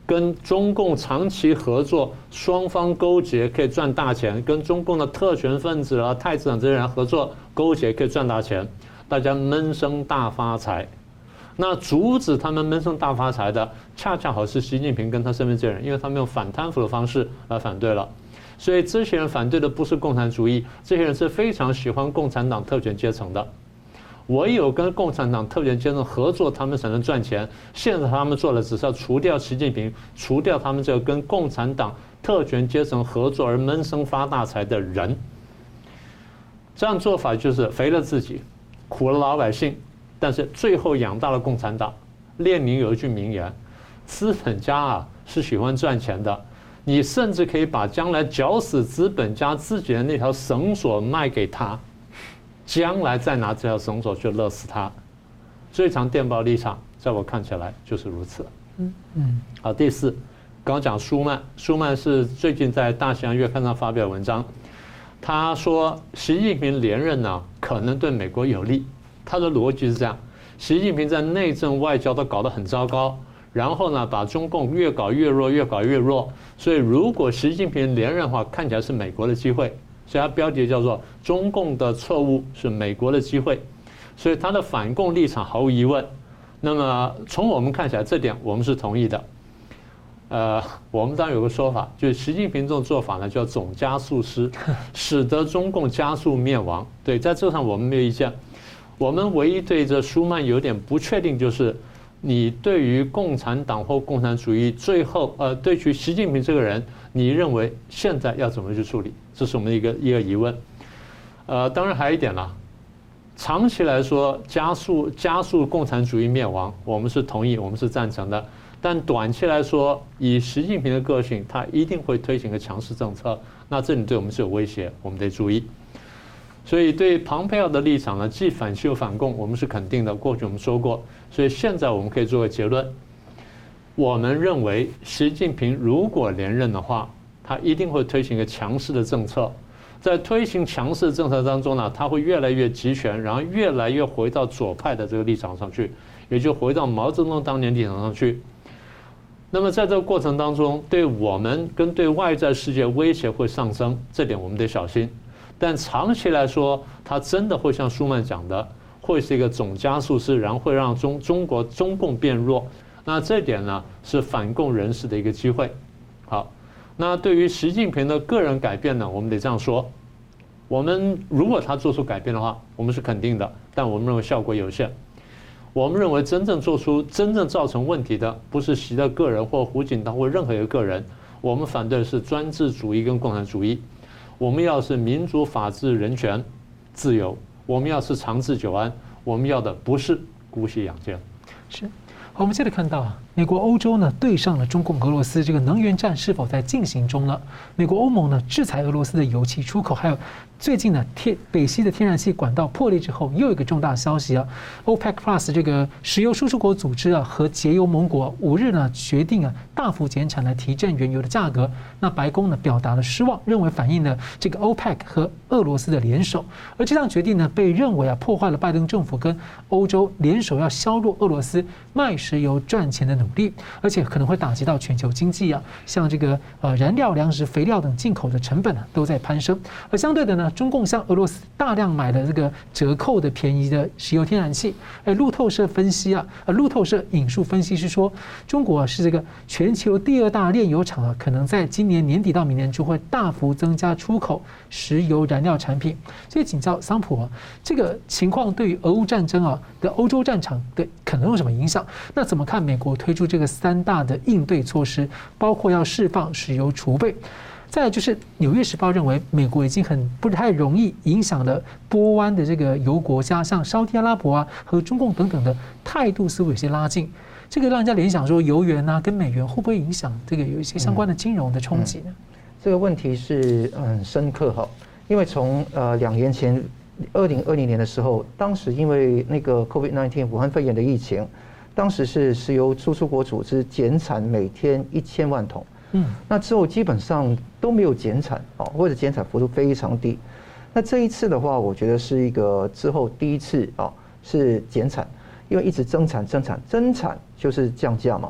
跟中共长期合作，双方勾结可以赚大钱，跟中共的特权分子啊、太子党这些人合作勾结可以赚大钱，大家闷声大发财。那阻止他们闷声大发财的，恰恰好是习近平跟他身边这些人，因为他们用反贪腐的方式来反对了。所以这些人反对的不是共产主义，这些人是非常喜欢共产党特权阶层的。唯有跟共产党特权阶层合作，他们才能赚钱。现在他们做的只是要除掉习近平，除掉他们这个跟共产党特权阶层合作而闷声发大财的人。这样做法就是肥了自己，苦了老百姓。但是最后养大了共产党。列宁有一句名言：资本家啊是喜欢赚钱的，你甚至可以把将来绞死资本家自己的那条绳索卖给他，将来再拿这条绳索去勒死他。最长电报立场，在我看起来就是如此。嗯嗯。好，第四，刚刚讲舒曼，舒曼是最近在《大西洋月刊》上发表文章，他说习近平连任呢，可能对美国有利。他的逻辑是这样：习近平在内政外交都搞得很糟糕，然后呢，把中共越搞越弱，越搞越弱。所以，如果习近平连任的话，看起来是美国的机会。所以，他标题叫做“中共的错误是美国的机会”。所以，他的反共立场毫无疑问。那么，从我们看起来，这点我们是同意的。呃，我们当然有个说法，就是习近平这种做法呢，叫总加速师，使得中共加速灭亡。对，在这上我们没有意见。我们唯一对这舒曼有点不确定，就是你对于共产党或共产主义最后呃，对于习近平这个人，你认为现在要怎么去处理？这是我们的一个一个疑问。呃，当然还有一点啦，长期来说加速加速共产主义灭亡，我们是同意，我们是赞成的。但短期来说，以习近平的个性，他一定会推行个强势政策，那这里对我们是有威胁，我们得注意。所以对庞佩奥的立场呢，既反西又反共，我们是肯定的。过去我们说过，所以现在我们可以做个结论：我们认为习近平如果连任的话，他一定会推行一个强势的政策。在推行强势政策当中呢，他会越来越集权，然后越来越回到左派的这个立场上去，也就回到毛泽东当年立场上去。那么在这个过程当中，对我们跟对外在世界威胁会上升，这点我们得小心。但长期来说，它真的会像舒曼讲的，会是一个总加速师，然后会让中中国中共变弱。那这点呢，是反共人士的一个机会。好，那对于习近平的个人改变呢，我们得这样说：我们如果他做出改变的话，我们是肯定的，但我们认为效果有限。我们认为真正做出真正造成问题的，不是习的个人或胡锦涛或任何一个个人，我们反对的是专制主义跟共产主义。我们要是民主、法治、人权、自由，我们要是长治久安，我们要的不是姑息养奸。 是，好，我们接着看到啊，美国、欧洲呢对上了中共、俄罗斯，这个能源战是否在进行中呢？美国、欧盟呢制裁俄罗斯的油气出口，还有最近呢天北溪的天然气管道破裂之后，又有一个重大消息啊 ，OPEC Plus 这个石油输出国组织啊和节油盟国五日呢决定啊大幅减产来提振原油的价格。那白宫呢表达了失望，认为反映了这个 OPEC 和俄罗斯的联手，而这项决定呢被认为啊破坏了拜登政府跟欧洲联手要削弱俄罗斯卖石油赚钱的努力，而且可能会打击到全球经济啊，像这个呃燃料、粮食、肥料等进口的成本啊都在攀升，而相对的呢。中共向俄罗斯大量买了这个折扣的便宜的石油天然气，而路透社分析啊，呃，路透社引述分析是说，中国是这个全球第二大炼油厂啊，可能在今年年底到明年就会大幅增加出口石油燃料产品。所以请教桑普啊，这个情况对于俄乌战争啊的欧洲战场的可能有什么影响？那怎么看美国推出这个三大的应对措施，包括要释放石油储备？再来就是《纽约时报》认为，美国已经很不太容易影响了波湾的这个油国家，像沙特阿拉伯啊和中共等等的态度似乎有些拉近，这个让人家联想说，油元啊跟美元会不会影响这个有一些相关的金融的冲击呢？嗯嗯、 这个问题是很深刻哈，因为从呃两年前二零二零年的时候，当时因为那个 COVID 十九 武汉肺炎的疫情，当时是石油输出国组织减产每天一千万桶。嗯，那之后基本上都没有减产哦，或者减产幅度非常低。那这一次的话，我觉得是一个之后第一次哦是减产，因为一直增产增产增产就是降价嘛，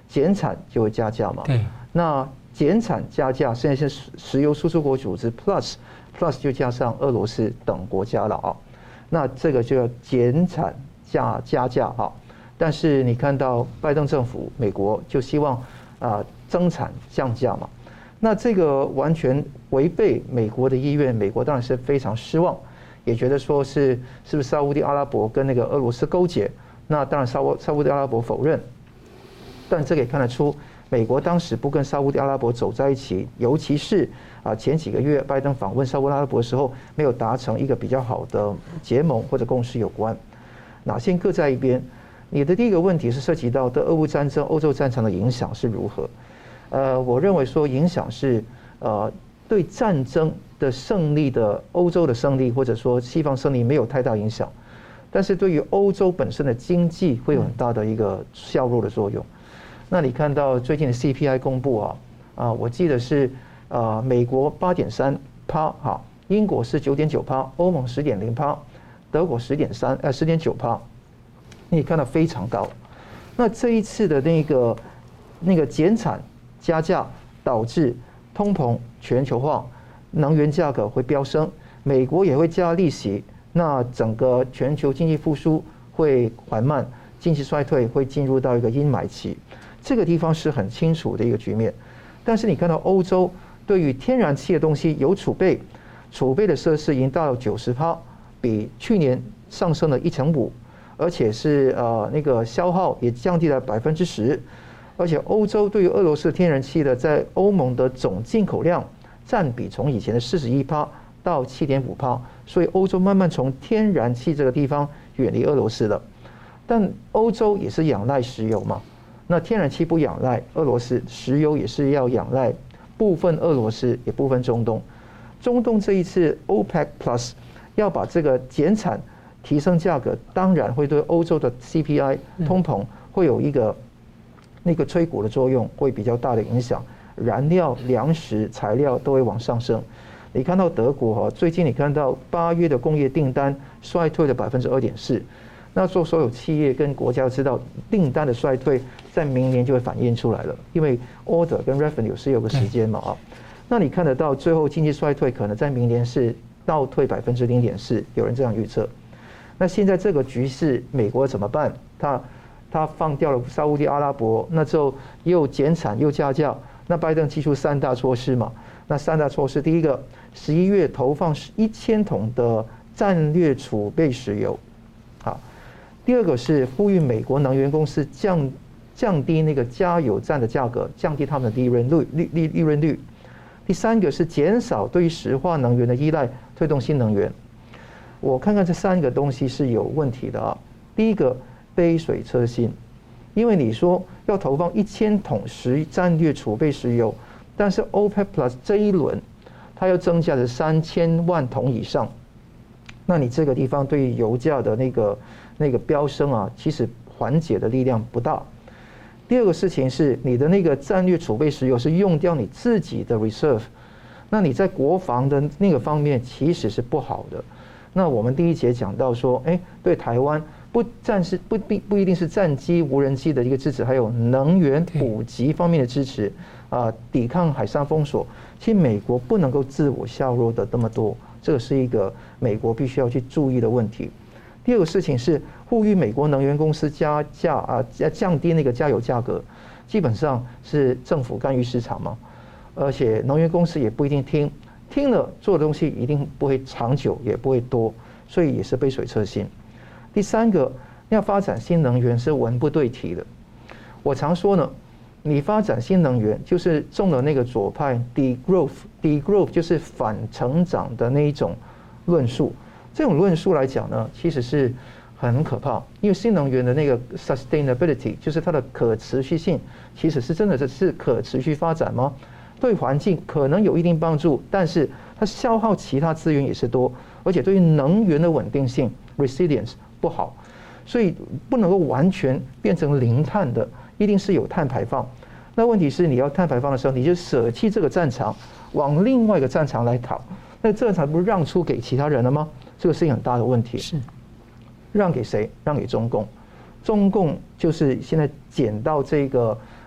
减产就会加价嘛。 对。 那减产加价，现在是石油输出国组织 Plus Plus 就加上俄罗斯等国家了啊。那这个就要减产加加价啊。但是你看到拜登政府美国就希望啊增产降价嘛。那这个完全违背美国的意愿，美国当然是非常失望，也觉得说是是不是沙烏地阿拉伯跟那个俄罗斯勾結？那当然沙烏沙烏地阿拉伯否認，但這個也看得出，美國當時不跟沙烏地阿拉伯走在一起，尤其是啊前幾個月拜登訪問沙烏地阿拉伯的時候，沒有達成一個比較好的結盟或者共識有關。那先各在一邊。你的第一個問題是涉及到對俄烏戰爭、歐洲戰場的影響是如何？呃，我認為說影響是，呃，對戰爭的勝利的歐洲的勝利，或者說西方勝利沒有太大影響，但是對於歐洲本身的經濟會有很大的一個削弱的作用。那你看到最近的 C P I 公布啊，啊，我記得是呃美國八點三趴，哈，英國是九點九趴，歐盟十點零趴，德國十點三，呃十點九趴，你看到非常高。那這一次的那個那個減產加價導致通膨全球化，能源價格會飆升，美國也會加利息，那整個全球經濟復甦會緩慢，經濟衰退會進入到一個陰霾期，這個地方是很清楚的一個局面。但是你看到歐洲對於天然氣的東西有儲備，儲備的設施已經到了九十趴，比去年上升了一成五，而且是呃那個消耗也降低了百分之十。而且歐洲對於俄羅斯天然氣的在歐盟的總進口量佔比從以前的四十一趴到七點五趴，所以歐洲慢慢從天然氣這個地方遠離俄羅斯了。但歐洲也是仰賴石油嘛，那天然氣不仰賴俄羅斯，石油也是要仰賴部分俄羅斯，也部分中東。中東這一次 OPEC Plus 要把這個減產提升價格，當然會對歐洲的 C P I 通膨會有一個那個催谷的作用，會比較大的影響，燃料、糧食、材料都會往上升。你看到德國哈，最近你看到八月的工業訂單衰退了百分之二點四，那做所有企業跟國家知道訂單的衰退在明年就會反映出來了，因為 order 跟 revenue 是有個時間嘛啊。那你看得到最後經濟衰退可能在明年是倒退百分之零點四，有人這樣預測。那現在這個局勢，美國怎麼辦？他他放掉了沙烏地阿拉伯，那之後又減產又加價。那拜登提出三大措施嘛？那三大措施，第一個，十一月投放一千桶的戰略儲備石油，好。第二個是呼籲美國能源公司降降低那個加油站的價格，降低他們的利潤率利利利潤率。第三個是減少對於石化能源的依賴，推動新能源。我看看這三個東西是有問題的啊。第一個，杯水車薪，因為你說要投放一千桶石戰略儲備石油，但是 OPEC Plus 這一輪它要增加的三千萬桶以上，那你這個地方對於油價的那個那個飆升啊，其實緩解的力量不大。第二個事情是你的那個戰略儲備石油是用掉你自己的 reserve， 那你在國防的那個方面其實是不好的。那我們第一節講到說，哎，對台灣。不戰是不不不一定是戰機、無人機的一個支持，還有能源補給方面的支持，啊，抵抗海上封鎖。其實美國不能夠自我削弱的那麼多，這個是一個美國必須要去注意的問題。第二個事情是呼籲美國能源公司加價啊，降低那個加油價格，基本上是政府干預市場嘛，而且能源公司也不一定聽，聽了做的東西一定不會長久，也不會多，所以也是杯水車薪。第三個，要發展新能源是文不對題的。我常說呢，你發展新能源就是中了那個左派 degrowth，degrowth 就是反成長的那一種論述。這種論述來講呢，其實是很可怕，因為新能源的那個 sustainability 就是它的可持續性，其實是真的是可持續發展嗎？對環境可能有一定幫助，但是它消耗其他資源也是多，而且對於能源的穩定性 resilience。不好，所以不能夠完全變成零碳的，一定是有碳排放。那問題是你要碳排放的時候，你就捨棄這個戰場，往另外一個戰場來討。那這個戰場不是讓出給其他人了嗎？這個是一個很大的問題。是讓給誰？讓給中共。中共就是現在撿到這個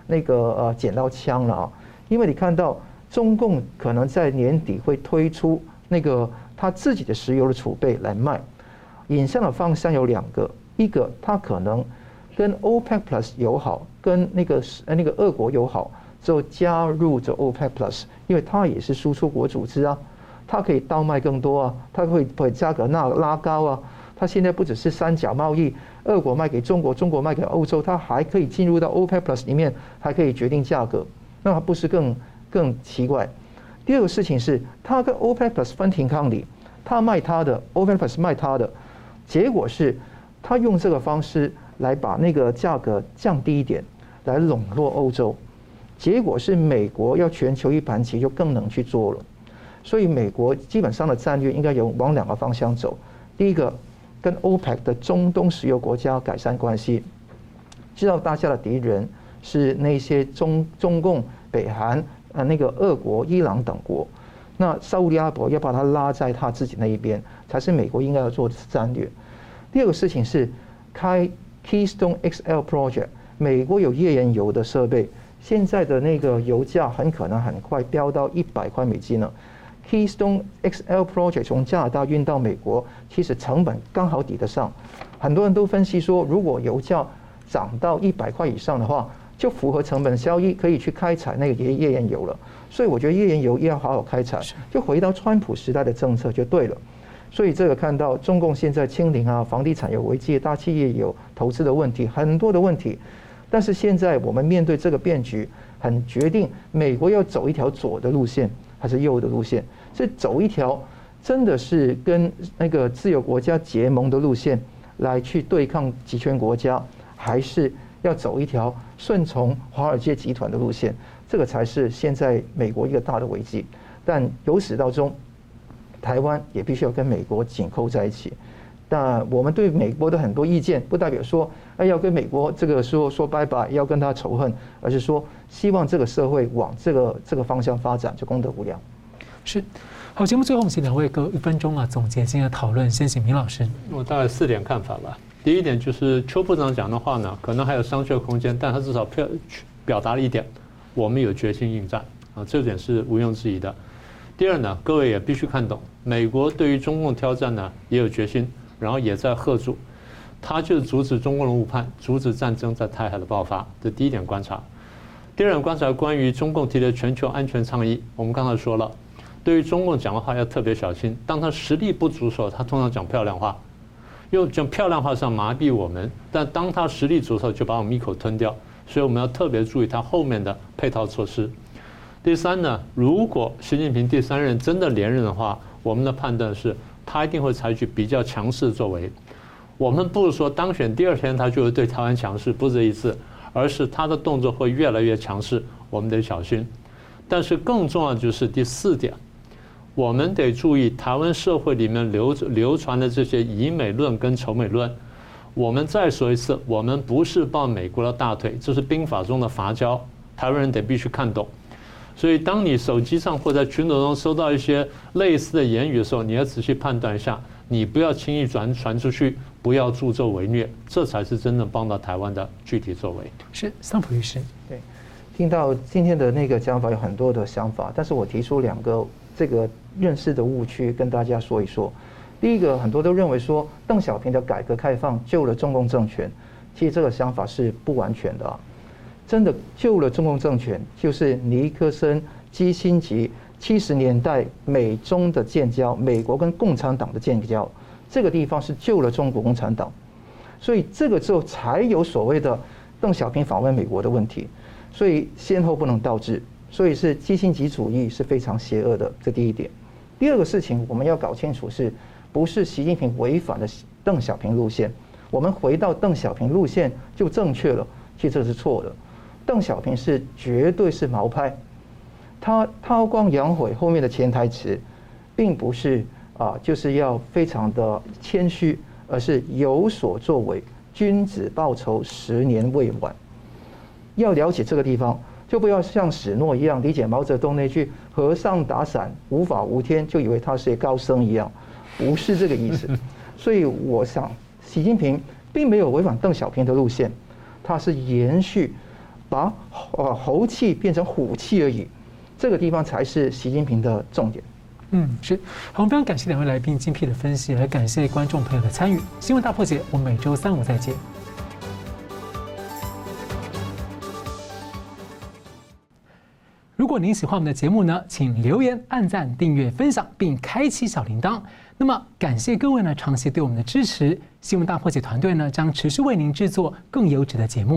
那个呃捡到枪了啊，因为你看到中共可能在年底会推出那个他自己的石油的储备来卖，引向的方向有两个，一个他可能跟 OPEC Plus 友好，跟那个那个俄国友好，之后加入这 OPEC Plus， 因为它也是输出国组织啊，它可以倒卖更多啊，它会把价格那拉高啊。它现在不只是三角贸易，俄国卖给中国，中国卖给欧洲，它还可以进入到 OPEC Plus 里面，还可以决定价格，那它不是更更奇怪？第二个事情是，它跟 OPEC Plus 分庭抗礼，它卖它的 ，OPEC Plus 卖它的，结果是它用这个方式来把那个价格降低一点，来笼络欧洲，结果是美国要全球一盘棋就更能去做了，所以美国基本上的战略应该有往两个方向走，第一个。跟 OPEC 的中东石油国家改善关系，知道大家的敌人是那些中中共、北韩、呃那个俄国、伊朗等国，那沙烏地阿拉伯要把它拉在他自己那一边，才是美国应该要做的战略。第二个事情是开 Keystone X L Project， 美国有页岩油的设备，现在的那个油价很可能很快飙到一百块美金了。Keystone X L Project 从加拿大运到美国，其实成本刚好抵得上。很多人都分析说，如果油价涨到一百块以上的话，就符合成本效益，可以去开采那个页页岩油了。所以我觉得页岩油要好好开采，就回到川普时代的政策就对了。所以这个看到中共现在清零啊，房地产有危机，大企业有投资的问题，很多的问题。但是现在我们面对这个变局，很决定美国要走一条左的路线还是右的路线。是走一条真的是跟那个自由国家结盟的路线来去对抗集权国家，还是要走一条顺从华尔街集团的路线？这个才是现在美国一个大的危机。但由始到终，台湾也必须要跟美国紧扣在一起。但我们对美国的很多意见，不代表说哎要跟美国这个说说拜拜，要跟他仇恨，而是说希望这个社会往这个这个方向发展，就功德无量。 是，好，节目最后我们请两位各一分钟啊总结今天的讨论。先请明老师。 我大概四点看法吧。第一点就是邱部长讲的话呢，可能还有商榷空间，但他至少表表达了一点，我们有决心应战啊，这点是毋庸置疑的。第二呢，各位也必须看懂，美国对于中共挑战呢也有决心，然后也在吓阻，他就是阻止中共的误判，阻止战争在台海的爆发。这第一点观察。第二点观察关于中共提的全球安全倡议，我们刚才说了。对于中共讲的话要特别小心，当他实力不足的时候，他通常讲漂亮话，用讲漂亮话上麻痹我们，但当他实力足的时候，就把我们一口吞掉。所以我们要特别注意他后面的配套措施。第三呢，如果习近平第三任真的连任的话，我们的判断是他一定会采取比较强势的作为。我们不是说当选第二天他就会对台湾强势，不是这意思，而是他的动作会越来越强势，我们得小心。但是更重要的就是第四点。我们得注意台湾社会里面流流传的这些以美论跟仇美论。我们再说一次，我们不是抱美国的大腿，这是兵法中的伐交，台湾人得必须看懂。所以，当你手机上或在群组中收到一些类似的言语的时候，你要仔细判断一下，你不要轻易转传出去，不要助纣为虐，这才是真正帮到台湾的具体作为。 是桑普律师， 对，听到今天的那个讲法有很多的想法，但是我提出两个。这个认识的误区跟大家说一说。第一个，很多都认为说邓小平的改革开放救了中共政权，其实这个想法是不完全的啊。真的救了中共政权，就是尼克森、基辛格七十年代美中的建交，美国跟共产党的建交，这个地方是救了中国共产党，所以这个之后才有所谓的邓小平访问美国的问题，所以先后不能倒置。所以是基辛格主义是非常邪恶的，这第一点。第二个事情我们要搞清楚是，不是习近平违反了邓小平路线，我们回到邓小平路线就正确了，其实这是错的。邓小平是绝对是毛派，他韬光养晦后面的潜台词，并不是啊就是要非常的谦虚，而是有所作为，君子报仇，十年未晚。要了解这个地方。就不要像史诺一样理解毛泽东那句“和尚打伞，无法无天”，就以为他是高僧一样，不是这个意思。所以我想，习近平并没有违反邓小平的路线，他是延续把呃猴气变成虎气而已，这个地方才是习近平的重点。 嗯，是好，我们非常感谢两位来宾精辟的分析，也感谢观众朋友的参与。新闻大破解，我们每周三五再见。如果您喜欢我们的节目呢，请留言、按赞、订阅、分享，并开启小铃铛。那么，感谢各位呢长期对我们的支持。新闻大破解团队呢将持续为您制作更优质的节目。